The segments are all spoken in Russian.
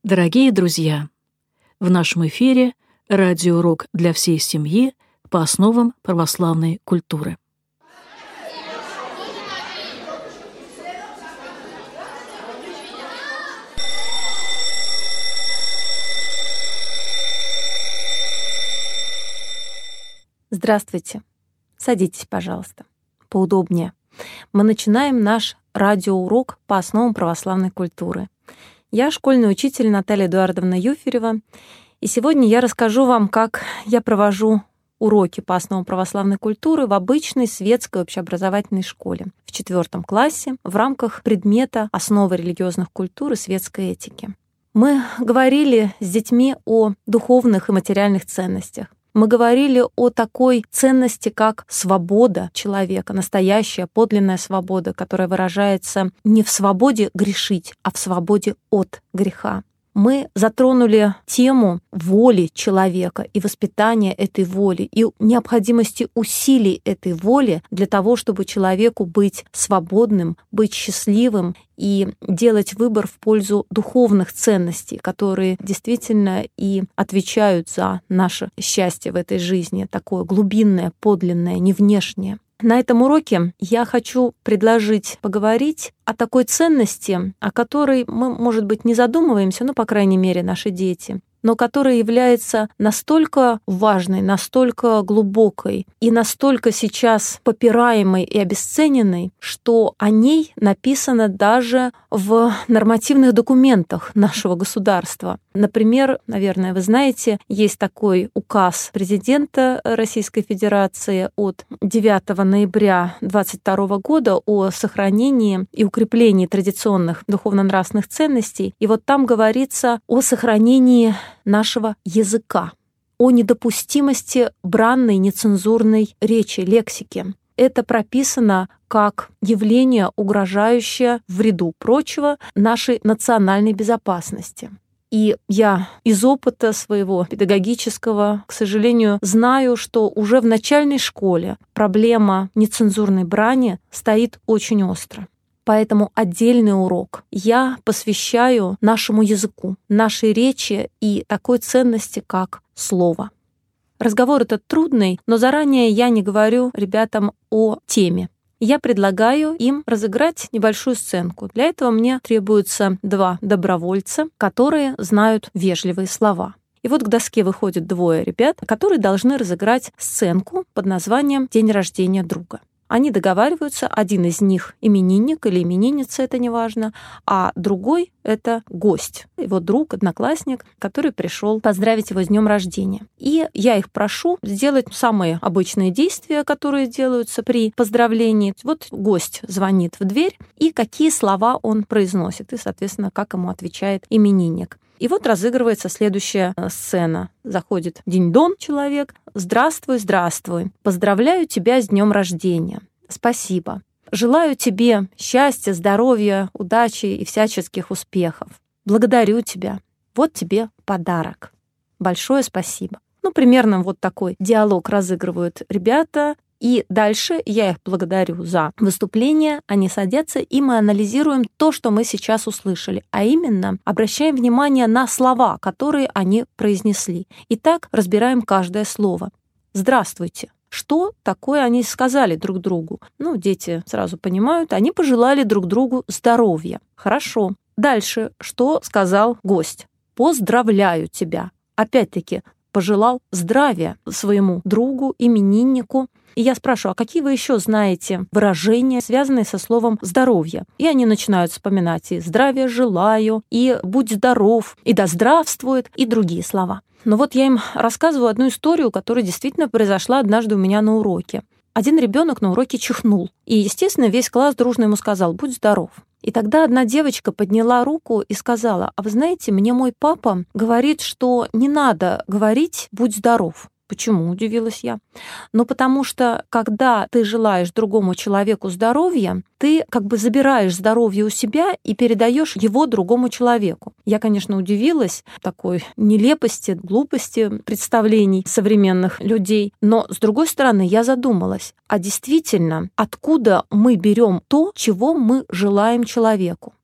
Дорогие друзья, в нашем эфире радиоурок для всей семьи по основам православной культуры. Здравствуйте. Садитесь, пожалуйста, поудобнее. Мы начинаем наш радиоурок по основам православной культуры. Я школьный учитель Наталья Эдуардовна Юферева, и сегодня я расскажу вам, как я провожу уроки по основам православной культуры в обычной светской общеобразовательной школе в 4 классе в рамках предмета «Основы религиозных культур и светской этики». Мы говорили с детьми о духовных и материальных ценностях. Мы говорили о такой ценности, как свобода человека, настоящая, подлинная свобода, которая выражается не в свободе грешить, а в свободе от греха. Мы затронули тему воли человека и воспитания этой воли, и необходимости усилий этой воли для того, чтобы человеку быть свободным, быть счастливым и делать выбор в пользу духовных ценностей, которые действительно и отвечают за наше счастье в этой жизни, такое глубинное, подлинное, не внешнее. На этом уроке я хочу предложить поговорить о такой ценности, о которой мы, может быть, не задумываемся, по крайней мере, наши дети, но которая является настолько важной, настолько глубокой и настолько сейчас попираемой и обесцененной, что о ней написано даже в нормативных документах нашего государства. Например, наверное, вы знаете, есть такой указ президента Российской Федерации от 9 ноября 2022 года о сохранении и укреплении традиционных духовно-нравственных ценностей. И вот там говорится о сохранении нашего языка, о недопустимости бранной, нецензурной речи, лексики. Это прописано как явление, угрожающее, в ряду прочего, нашей национальной безопасности. И я из опыта своего педагогического, к сожалению, знаю, что уже в начальной школе проблема нецензурной брани стоит очень остро. Поэтому отдельный урок я посвящаю нашему языку, нашей речи и такой ценности, как слово. Разговор этот трудный, но заранее я не говорю ребятам о теме. Я предлагаю им разыграть небольшую сценку. Для этого мне требуется 2 добровольца, которые знают вежливые слова. И вот к доске выходят 2 ребят, которые должны разыграть сценку под названием «День рождения друга». Они договариваются, один из них именинник или именинница, это неважно, а другой — это гость, его друг, одноклассник, который пришел поздравить его с днем рождения. И я их прошу сделать самые обычные действия, которые делаются при поздравлении. Вот гость звонит в дверь, и какие слова он произносит, и, соответственно, как ему отвечает именинник. И вот разыгрывается следующая сцена. Заходит динь-дон человек. «Здравствуй, здравствуй. Поздравляю тебя с днем рождения. Спасибо. Желаю тебе счастья, здоровья, удачи и всяческих успехов. Благодарю тебя. Вот тебе подарок. Большое спасибо». Примерно вот такой диалог разыгрывают ребята. И дальше я их благодарю за выступление, они садятся, и мы анализируем то, что мы сейчас услышали, а именно обращаем внимание на слова, которые они произнесли. Итак, разбираем каждое слово. «Здравствуйте». Что такое они сказали друг другу? Дети сразу понимают, они пожелали друг другу здоровья. Хорошо. Дальше, что сказал гость? «Поздравляю тебя». Опять-таки, пожелал здравия своему другу, имениннику. И я спрашиваю, а какие вы еще знаете выражения, связанные со словом «здоровье»? И они начинают вспоминать и «здравия желаю», и «будь здоров», и «да здравствует», и другие слова. Но вот я им рассказываю одну историю, которая действительно произошла однажды у меня на уроке. Один ребенок на уроке чихнул. И, естественно, весь класс дружно ему сказал «будь здоров». И тогда одна девочка подняла руку и сказала: «А вы знаете, мне мой папа говорит, что не надо говорить «будь здоров». Почему? Удивилась я. Но потому что, когда ты желаешь другому человеку здоровья, ты как бы забираешь здоровье у себя и передаешь его другому человеку. Я, конечно, удивилась такой нелепости, глупости представлений современных людей. Но, с другой стороны, я задумалась, а действительно, откуда мы берем то, чего мы желаем человеку?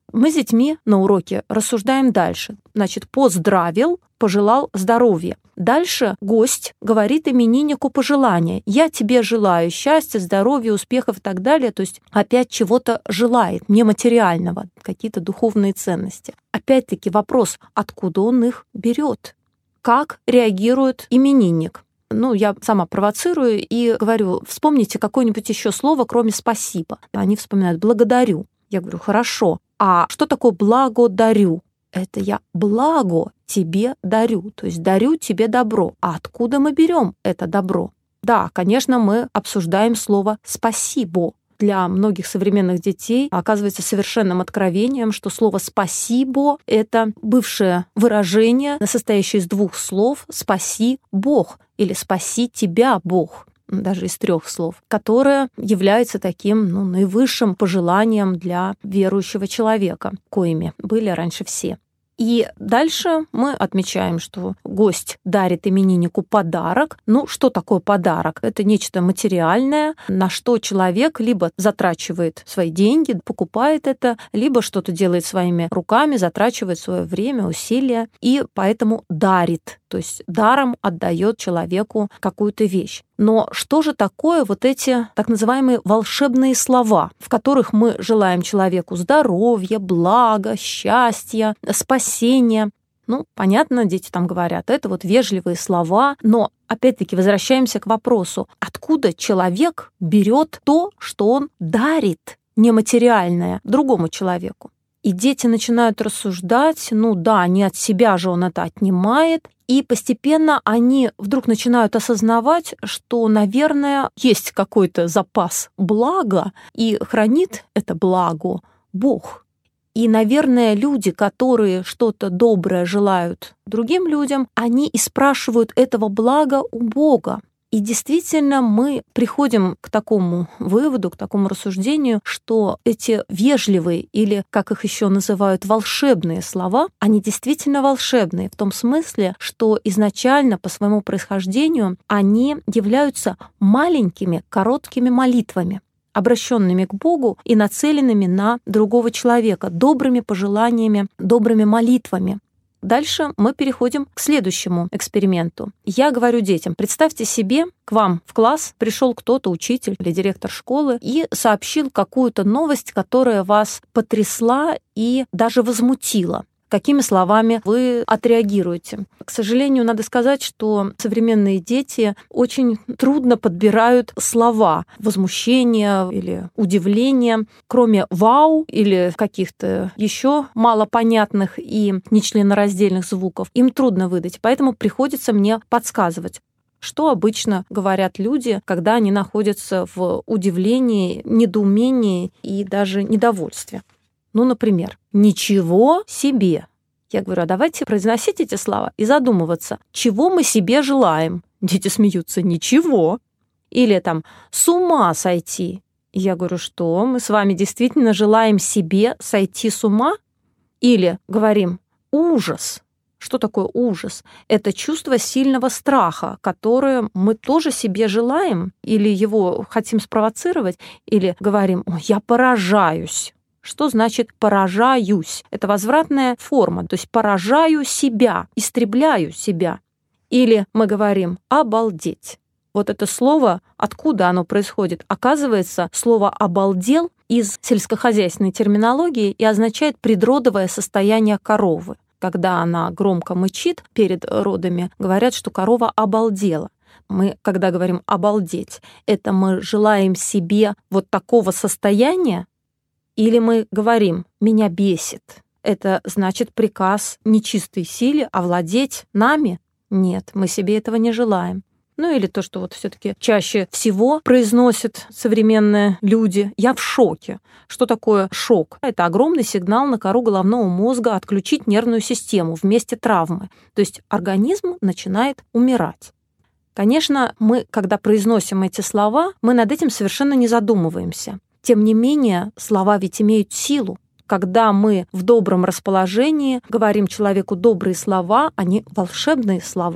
Мы с детьми на уроке рассуждаем дальше. Значит, поздравил, пожелал здоровья. Дальше гость говорит имениннику пожелания. Я тебе желаю счастья, здоровья, успехов и так далее. То есть опять чего-то желает, нематериального, какие-то духовные ценности. Опять-таки вопрос, откуда он их берет? Как реагирует именинник? Я сама провоцирую и говорю, вспомните какое-нибудь еще слово, кроме «спасибо». Они вспоминают «благодарю». Я говорю, хорошо, а что такое «благодарю»? Это я благо тебе дарю, то есть дарю тебе добро. А откуда мы берем это добро? Да, конечно, мы обсуждаем слово «спасибо». Для многих современных детей оказывается совершенным откровением, что слово «спасибо» — это бывшее выражение, состоящее из двух слов «спаси Бог» или «спаси тебя, Бог», даже из 3 слов, которое является таким наивысшим пожеланием для верующего человека, коими были раньше все. И дальше мы отмечаем, что гость дарит имениннику подарок. Что такое подарок? Это нечто материальное, на что человек либо затрачивает свои деньги, покупает это, либо что-то делает своими руками, затрачивает свое время, усилия, и поэтому дарит, то есть даром отдает человеку какую-то вещь. Но что же такое вот эти так называемые волшебные слова, в которых мы желаем человеку здоровья, блага, счастья, спасения? Понятно, дети там говорят, это вот вежливые слова, но опять-таки возвращаемся к вопросу, откуда человек берет то, что он дарит нематериальное другому человеку? И дети начинают рассуждать, не от себя же он это отнимает, и постепенно они вдруг начинают осознавать, что, наверное, есть какой-то запас блага, и хранит это благо Бог. И, наверное, люди, которые что-то доброе желают другим людям, они и спрашивают этого блага у Бога. И действительно мы приходим к такому выводу, к такому рассуждению, что эти вежливые или, как их еще называют, волшебные слова, они действительно волшебные в том смысле, что изначально по своему происхождению они являются маленькими, короткими молитвами, обращенными к Богу и нацеленными на другого человека, добрыми пожеланиями, добрыми молитвами. Дальше мы переходим к следующему эксперименту. Я говорю детям, представьте себе, к вам в класс пришел кто-то, учитель или директор школы, и сообщил какую-то новость, которая вас потрясла и даже возмутила. Какими словами вы отреагируете? К сожалению, надо сказать, что современные дети очень трудно подбирают слова возмущения или удивления. Кроме «вау» или каких-то еще малопонятных и нечленораздельных звуков, им трудно выдать, поэтому приходится мне подсказывать. Что обычно говорят люди, когда они находятся в удивлении, недоумении и даже недовольстве? Например, «ничего себе». Я говорю, а давайте произносить эти слова и задумываться, чего мы себе желаем. Дети смеются, ничего. Или там «с ума сойти». Я говорю, что мы с вами действительно желаем себе сойти с ума? Или говорим «ужас». Что такое ужас? Это чувство сильного страха, которое мы тоже себе желаем, или его хотим спровоцировать, или говорим «я поражаюсь». Что значит «поражаюсь»? Это возвратная форма, то есть поражаю себя, истребляю себя. Или мы говорим «обалдеть». Вот это слово, откуда оно происходит? Оказывается, слово «обалдел» из сельскохозяйственной терминологии и означает предродовое состояние коровы. Когда она громко мычит перед родами, говорят, что корова обалдела. Мы, когда говорим «обалдеть», это мы желаем себе вот такого состояния, или мы говорим «меня бесит». Это значит приказ нечистой силе овладеть нами? Нет, мы себе этого не желаем. Или то, что вот все-таки чаще всего произносят современные люди. Я в шоке. Что такое шок? Это огромный сигнал на кору головного мозга отключить нервную систему в месте травмы. То есть организм начинает умирать. Конечно, мы, когда произносим эти слова, мы над этим совершенно не задумываемся. Тем не менее, слова ведь имеют силу. Когда мы в добром расположении говорим человеку добрые слова, они волшебные слова.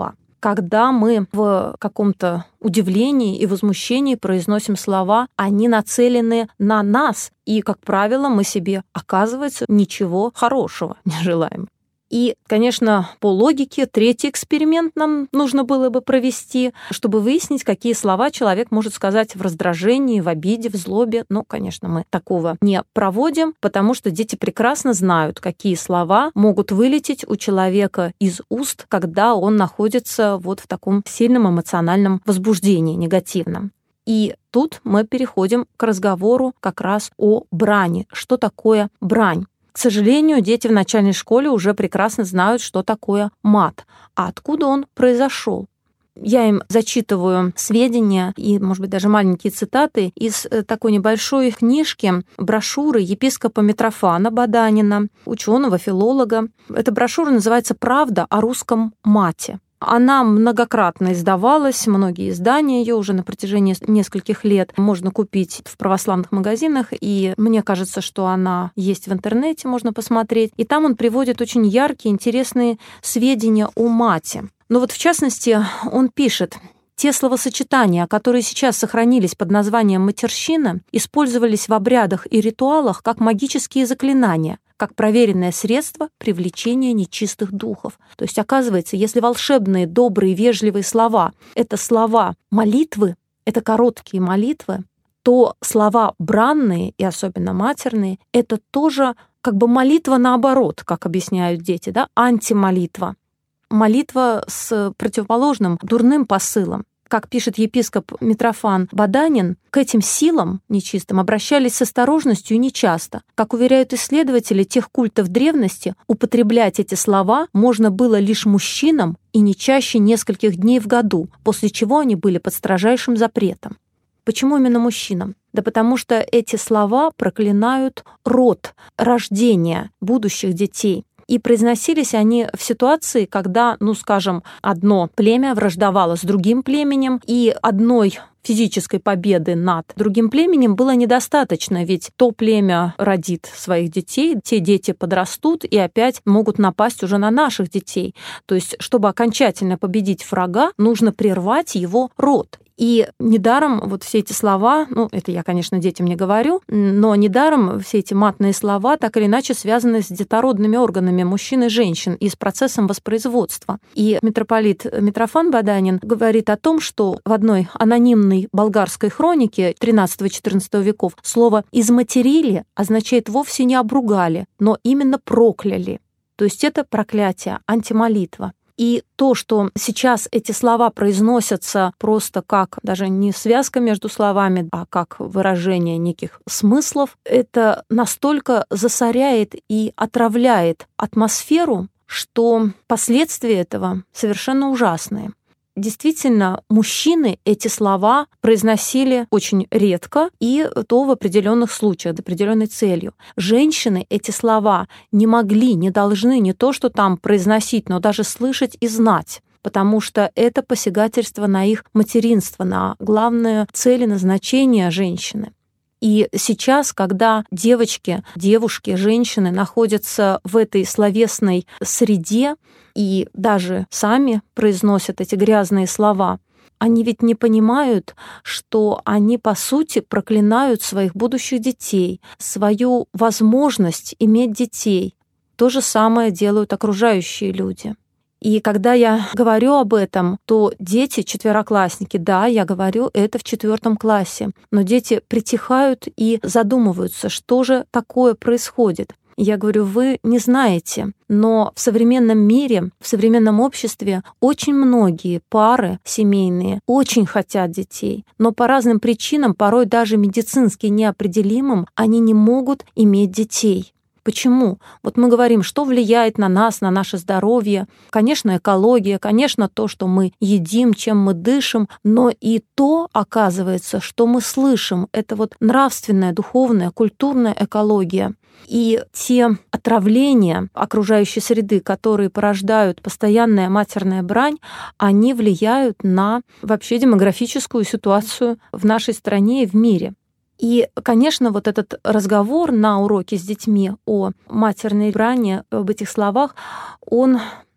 когда мы в каком-то удивлении и возмущении произносим слова, они нацелены на нас, и, как правило, мы себе, оказывается, ничего хорошего не желаем. И, конечно, по логике, третий эксперимент нам нужно было бы провести, чтобы выяснить, какие слова человек может сказать в раздражении, в обиде, в злобе. Но, конечно, мы такого не проводим, потому что дети прекрасно знают, какие слова могут вылететь у человека из уст, когда он находится вот в таком сильном эмоциональном возбуждении, негативном. И тут мы переходим к разговору как раз о брани. Что такое брань? К сожалению, дети в начальной школе уже прекрасно знают, что такое мат, а откуда он произошел. Я им зачитываю сведения и, может быть, даже маленькие цитаты из такой небольшой книжки, брошюры епископа Митрофана Баданина, ученого-филолога. Эта брошюра называется «Правда о русском мате». Она многократно издавалась, многие издания ее уже на протяжении нескольких лет можно купить в православных магазинах, и мне кажется, что она есть в интернете, можно посмотреть. И там он приводит очень яркие, интересные сведения о мате. Но вот в частности он пишет: те словосочетания, которые сейчас сохранились под названием матерщина, использовались в обрядах и ритуалах как магические заклинания, как проверенное средство привлечения нечистых духов. То есть, оказывается, если волшебные, добрые, вежливые слова — это слова молитвы, это короткие молитвы, то слова бранные и особенно матерные — это тоже как бы молитва наоборот, как объясняют дети, да, антимолитва. Молитва с противоположным дурным посылом. Как пишет епископ Митрофан Баданин, к этим силам нечистым обращались с осторожностью и нечасто. Как уверяют исследователи тех культов древности, употреблять эти слова можно было лишь мужчинам и не чаще нескольких дней в году, после чего они были под строжайшим запретом. Почему именно мужчинам? Да потому что эти слова проклинают род, рождение будущих детей. И произносились они в ситуации, когда, скажем, одно племя враждовало с другим племенем, и одной физической победы над другим племенем было недостаточно, ведь то племя родит своих детей, те дети подрастут и опять могут напасть уже на наших детей. То есть, чтобы окончательно победить врага, нужно прервать его род. И недаром вот все эти слова, это я, конечно, детям не говорю, но недаром все эти матные слова так или иначе связаны с детородными органами мужчин и женщин и с процессом воспроизводства. И митрополит Митрофан Баданин говорит о том, что в одной анонимной болгарской хронике XIII-XIV веков слово «изматерили» означает вовсе не обругали, но именно прокляли. То есть это проклятие, антимолитва. И то, что сейчас эти слова произносятся просто как даже не связка между словами, а как выражение неких смыслов, это настолько засоряет и отравляет атмосферу, что последствия этого совершенно ужасные. Действительно, мужчины эти слова произносили очень редко и то в определенных случаях, с определенной целью. Женщины эти слова не могли, не должны не то что там произносить, но даже слышать и знать, потому что это посягательство на их материнство, на главную цель и назначение женщины. И сейчас, когда девушки, женщины находятся в этой словесной среде и даже сами произносят эти грязные слова, они ведь не понимают, что они, по сути, проклинают своих будущих детей, свою возможность иметь детей. То же самое делают окружающие люди. И когда я говорю об этом, то дети, четвероклассники, да, я говорю это в 4 классе, но дети притихают и задумываются, что же такое происходит. Я говорю, вы не знаете, но в современном мире, в современном обществе очень многие пары семейные очень хотят детей, но по разным причинам, порой даже медицински неопределимым, они не могут иметь детей. Почему? Вот мы говорим, что влияет на нас, на наше здоровье. Конечно, экология, конечно, то, что мы едим, чем мы дышим, но и то, оказывается, что мы слышим. Это вот нравственная, духовная, культурная экология. И те отравления окружающей среды, которые порождают постоянная матерная брань, они влияют на вообще демографическую ситуацию в нашей стране и в мире. И, конечно, вот этот разговор на уроке с детьми о матерной брани, об этих словах, он,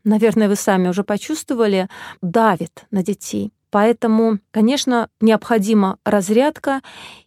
наверное, вы сами уже почувствовали, давит на детей. Поэтому, конечно, необходима разрядка,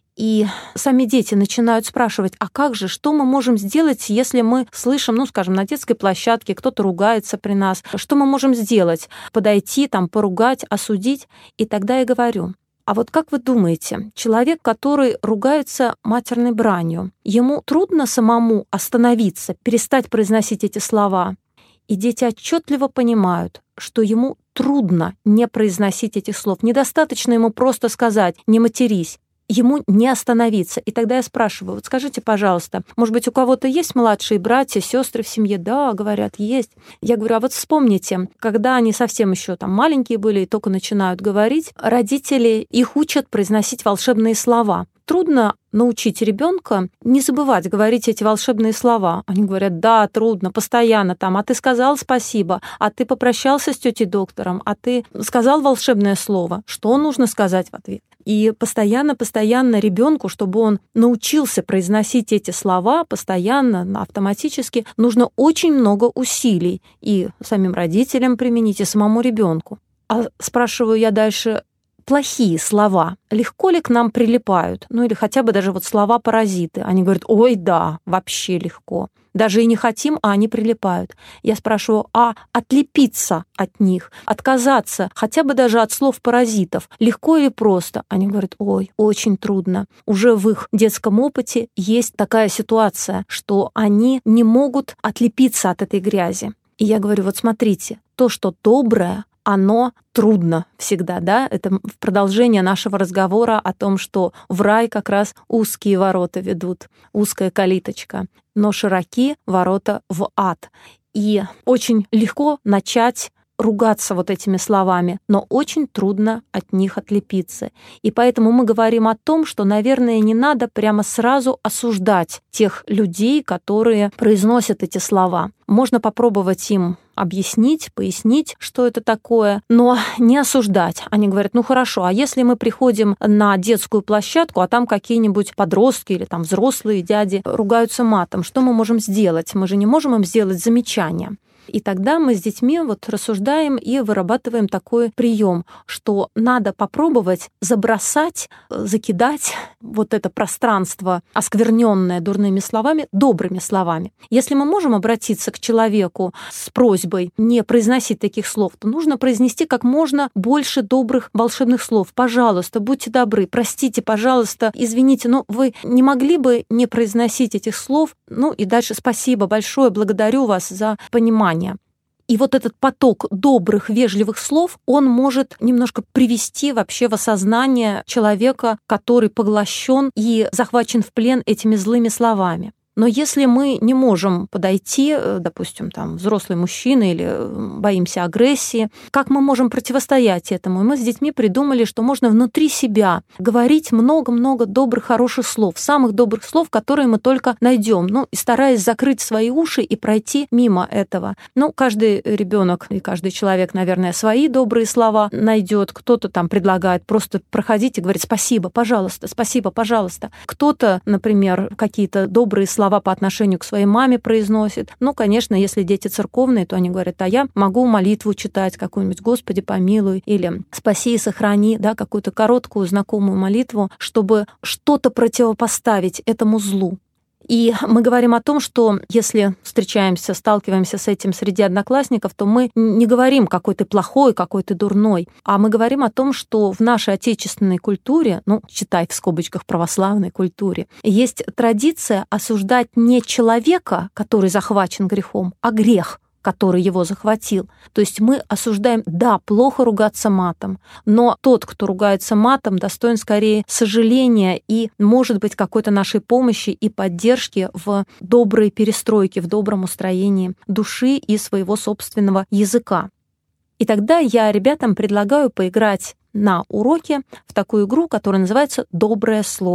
и сами дети начинают спрашивать, а как же, что мы можем сделать, если мы слышим, скажем, на детской площадке кто-то ругается при нас, что мы можем сделать? Подойти, поругать, осудить? И тогда я говорю, а вот как вы думаете, человек, который ругается матерной бранью, ему трудно самому остановиться, перестать произносить эти слова? И дети отчетливо понимают, что ему трудно не произносить этих слов. Недостаточно ему просто сказать «не матерись». Ему не остановиться. И тогда я спрашиваю, вот скажите, пожалуйста, может быть, у кого-то есть младшие братья, сестры в семье? Да, говорят, есть. Я говорю, а вот вспомните, когда они совсем еще маленькие были и только начинают говорить, родители их учат произносить волшебные слова. Трудно научить ребенка не забывать говорить эти волшебные слова. Они говорят, да, трудно, постоянно а ты сказал спасибо, а ты попрощался с тетей доктором, а ты сказал волшебное слово. Что нужно сказать в ответ? И постоянно ребенку, чтобы он научился произносить эти слова постоянно, автоматически, нужно очень много усилий и самим родителям применить, и самому ребенку. А спрашиваю я дальше, плохие слова легко ли к нам прилипают? Или хотя бы даже слова-паразиты. Они говорят, ой, да, вообще легко. Даже и не хотим, а они прилипают. Я спрашиваю, а отлепиться от них, отказаться хотя бы даже от слов-паразитов, легко или просто? Они говорят, ой, очень трудно. Уже в их детском опыте есть такая ситуация, что они не могут отлепиться от этой грязи. И я говорю, вот смотрите, то, что доброе, оно трудно всегда, да? Это в продолжение нашего разговора о том, что в рай как раз узкие ворота ведут, узкая калиточка, но широки ворота в ад. И очень легко начать ругаться этими словами, но очень трудно от них отлепиться. И поэтому мы говорим о том, что, наверное, не надо прямо сразу осуждать тех людей, которые произносят эти слова. Можно попробовать им объяснить, пояснить, что это такое, но не осуждать. Они говорят, хорошо, а если мы приходим на детскую площадку, а там какие-нибудь подростки или взрослые дяди ругаются матом, что мы можем сделать? Мы же не можем им сделать замечания. И тогда мы с детьми рассуждаем и вырабатываем такой прием, что надо попробовать забросать, закидать это пространство, оскверненное дурными словами, добрыми словами. Если мы можем обратиться к человеку с просьбой не произносить таких слов, то нужно произнести как можно больше добрых волшебных слов. Пожалуйста, будьте добры, простите, пожалуйста, извините, но вы не могли бы не произносить этих слов? И дальше спасибо большое, благодарю вас за понимание. И этот поток добрых, вежливых слов, он может немножко привести вообще в осознание человека, который поглощен и захвачен в плен этими злыми словами. Но если мы не можем подойти, допустим, взрослый мужчина или боимся агрессии, как мы можем противостоять этому? И мы с детьми придумали, что можно внутри себя говорить много-много добрых, хороших слов, самых добрых слов, которые мы только найдем, и стараясь закрыть свои уши и пройти мимо этого. Каждый ребенок и каждый человек, наверное, свои добрые слова найдет. Кто-то предлагает просто проходить и говорить спасибо, пожалуйста, спасибо, пожалуйста. Кто-то, например, какие-то добрые слова по отношению к своей маме произносит. Конечно, если дети церковные, то они говорят, а я могу молитву читать какую-нибудь «Господи, помилуй» или «Спаси и сохрани», какую-то короткую знакомую молитву, чтобы что-то противопоставить этому злу. И мы говорим о том, что если встречаемся, сталкиваемся с этим среди одноклассников, то мы не говорим, какой ты плохой, какой ты дурной, а мы говорим о том, что в нашей отечественной культуре, читай в скобочках православной культуре, есть традиция осуждать не человека, который захвачен грехом, а грех, который его захватил. То есть мы осуждаем, да, плохо ругаться матом, но тот, кто ругается матом, достоин скорее сожаления и, может быть, какой-то нашей помощи и поддержки в доброй перестройке, в добром устроении души и своего собственного языка. И тогда я ребятам предлагаю поиграть на уроке в такую игру, которая называется «Доброе слово».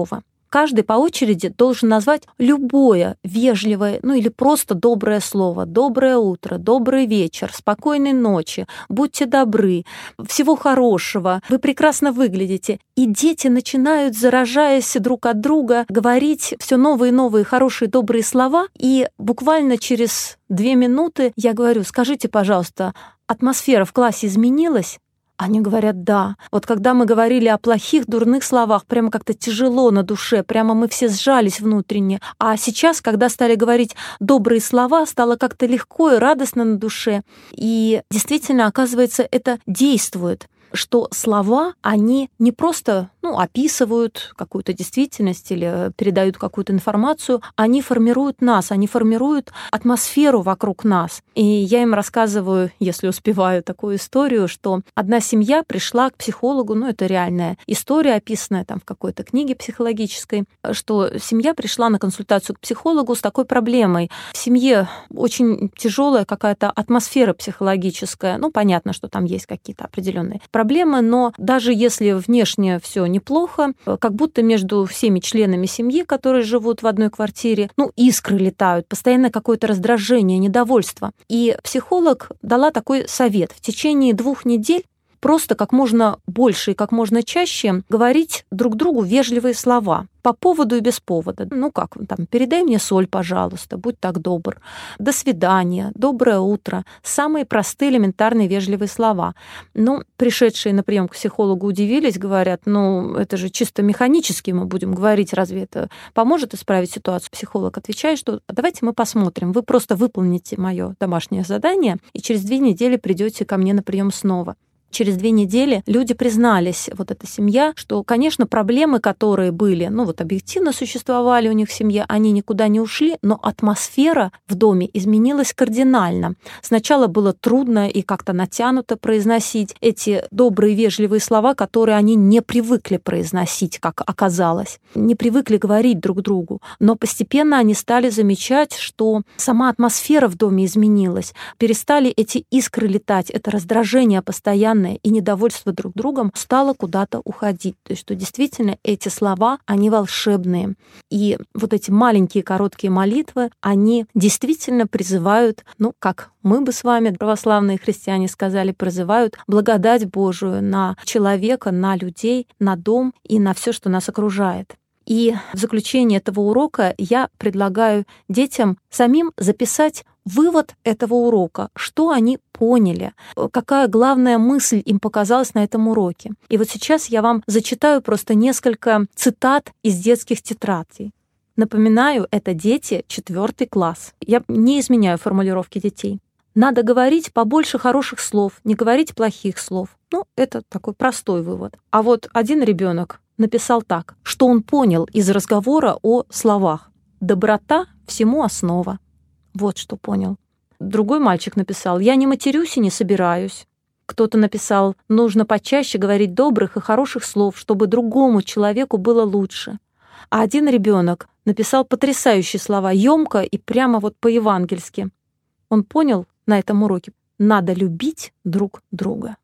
Каждый по очереди должен назвать любое вежливое, или просто доброе слово. Доброе утро, добрый вечер, спокойной ночи, будьте добры, всего хорошего, вы прекрасно выглядите. И дети начинают, заражаясь друг от друга, говорить все новые и новые хорошие, добрые слова. И буквально через 2 минуты я говорю: скажите, пожалуйста, атмосфера в классе изменилась? Они говорят: да. Вот когда мы говорили о плохих, дурных словах, прямо как-то тяжело на душе, прямо мы все сжались внутренне. А сейчас, когда стали говорить добрые слова, стало как-то легко и радостно на душе. И действительно, оказывается, это действует, что слова, они не просто описывают какую-то действительность или передают какую-то информацию, они формируют нас, они формируют атмосферу вокруг нас. И я им рассказываю, если успеваю, такую историю, что одна семья пришла к психологу, это реальная история, описанная там в какой-то книге психологической, что семья пришла на консультацию к психологу с такой проблемой. В семье очень тяжелая какая-то атмосфера психологическая. Понятно, что там есть какие-то определенные проблемы, но даже если внешне все неплохо, как будто между всеми членами семьи, которые живут в одной квартире, искры летают, постоянно какое-то раздражение, недовольство. И психолог дала такой совет: в течение 2 недель просто как можно больше и как можно чаще говорить друг другу вежливые слова по поводу и без повода. Передай мне соль, пожалуйста, будь так добр. До свидания, доброе утро. Самые простые, элементарные, вежливые слова. Пришедшие на прием к психологу удивились, говорят: это же чисто механически мы будем говорить, разве это поможет исправить ситуацию? Психолог отвечает, что давайте мы посмотрим. Вы просто выполните мое домашнее задание, и через 2 недели придете ко мне на прием снова. Через 2 недели люди признались, эта семья, что, конечно, проблемы, которые были, объективно существовали у них в семье, они никуда не ушли, но атмосфера в доме изменилась кардинально. Сначала было трудно и как-то натянуто произносить эти добрые, вежливые слова, которые они не привыкли произносить, как оказалось, не привыкли говорить друг другу. Но постепенно они стали замечать, что сама атмосфера в доме изменилась, перестали эти искры летать, это раздражение постоянное и недовольство друг другом стало куда-то уходить. То есть, что действительно эти слова, они волшебные. И эти маленькие короткие молитвы, они действительно призывают, как мы бы с вами, православные христиане, сказали, призывают благодать Божию на человека, на людей, на дом и на все, что нас окружает. И в заключение этого урока я предлагаю детям самим записать вывод этого урока, что они поняли, какая главная мысль им показалась на этом уроке. И сейчас я вам зачитаю просто несколько цитат из детских тетрадей. Напоминаю, это дети 4 класс. Я не изменяю формулировки детей. Надо говорить побольше хороших слов, не говорить плохих слов. Это такой простой вывод. А один ребенок написал так, что он понял из разговора о словах. Доброта всему основа. Вот что понял. Другой мальчик написал: я не матерюсь и не собираюсь. Кто-то написал: нужно почаще говорить добрых и хороших слов, чтобы другому человеку было лучше. А один ребенок написал потрясающие слова, ёмко и прямо по-евангельски. Он понял на этом уроке: надо любить друг друга.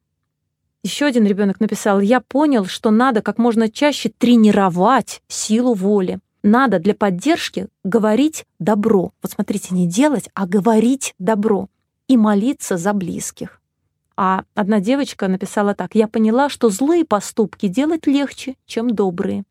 Еще один ребенок написал: я понял, что надо как можно чаще тренировать силу воли. Надо для поддержки говорить добро. Смотрите, не делать, а говорить добро. И молиться за близких. А одна девочка написала так: я поняла, что злые поступки делать легче, чем добрые.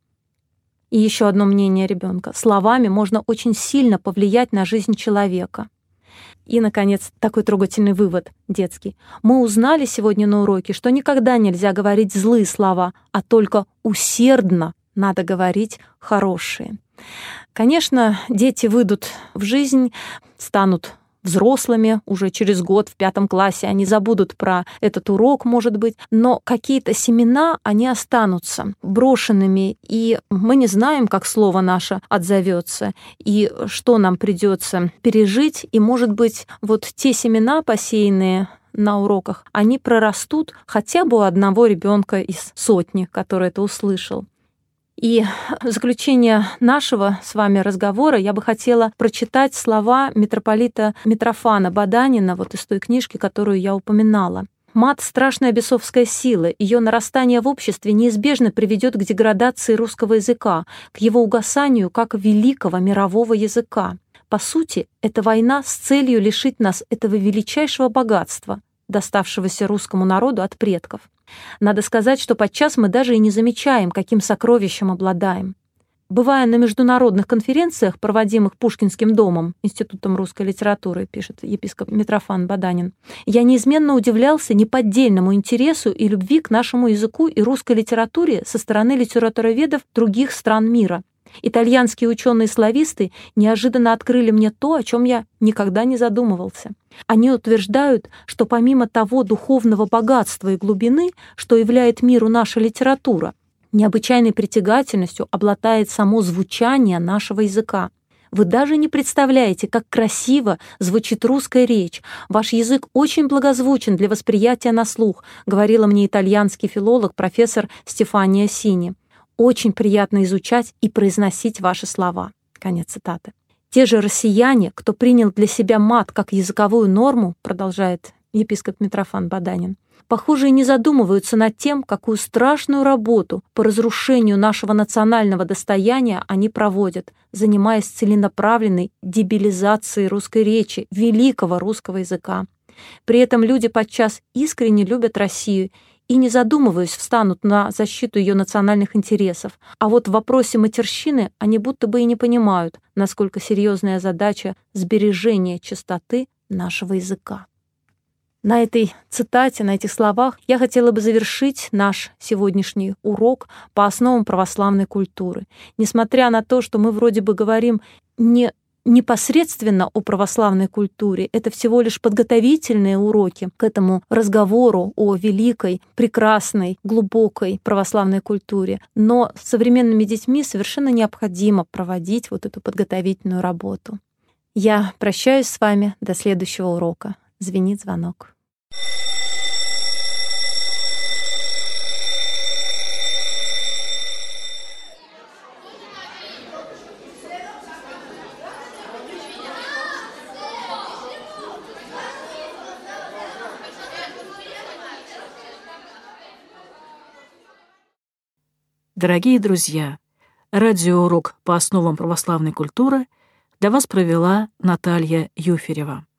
И еще одно мнение ребенка: словами можно очень сильно повлиять на жизнь человека. И, наконец, такой трогательный вывод детский. Мы узнали сегодня на уроке, что никогда нельзя говорить злые слова, а только усердно надо говорить хорошие. Конечно, дети выйдут в жизнь, станут взрослыми уже через год, в 5 классе, они забудут про этот урок, может быть, но какие-то семена, они останутся брошенными, и мы не знаем, как слово наше отзовется, и что нам придется пережить, и, может быть, те семена, посеянные на уроках, они прорастут хотя бы у одного ребенка из 100, который это услышал. И в заключение нашего с вами разговора я бы хотела прочитать слова митрополита Митрофана Баданина из той книжки, которую я упоминала. Мат — страшная бесовская сила, ее нарастание в обществе неизбежно приведет к деградации русского языка, к его угасанию как великого мирового языка. По сути, это война с целью лишить нас этого величайшего богатства, доставшегося русскому народу от предков. Надо сказать, что подчас мы даже и не замечаем, каким сокровищем обладаем. Бывая на международных конференциях, проводимых Пушкинским домом, Институтом русской литературы, пишет епископ Митрофан Баданин, я неизменно удивлялся неподдельному интересу и любви к нашему языку и русской литературе со стороны литературоведов других стран мира. Итальянские ученые-слависты неожиданно открыли мне то, о чем я никогда не задумывался. Они утверждают, что помимо того духовного богатства и глубины, что являет миру наша литература, необычайной притягательностью обладает само звучание нашего языка. Вы даже не представляете, как красиво звучит русская речь. Ваш язык очень благозвучен для восприятия на слух, говорила мне итальянский филолог профессор Стефания Сини. Очень приятно изучать и произносить ваши слова. Конец цитаты. Те же россияне, кто принял для себя мат как языковую норму, продолжает епископ Митрофан Баданин, похоже, и не задумываются над тем, какую страшную работу по разрушению нашего национального достояния они проводят, занимаясь целенаправленной дебилизацией русской речи, великого русского языка. При этом люди подчас искренне любят Россию и, не задумываясь, встанут на защиту ее национальных интересов. А вот в вопросе матерщины они будто бы и не понимают, насколько серьезная задача сбережения чистоты нашего языка. На этой цитате, на этих словах я хотела бы завершить наш сегодняшний урок по основам православной культуры. Несмотря на то, что мы вроде бы говорим не непосредственно о православной культуре, это всего лишь подготовительные уроки к этому разговору о великой, прекрасной, глубокой православной культуре. Но с современными детьми совершенно необходимо проводить вот эту подготовительную работу. Я прощаюсь с вами до следующего урока. Звенит звонок. Дорогие друзья, радиоурок по основам православной культуры для вас провела Наталья Юферева.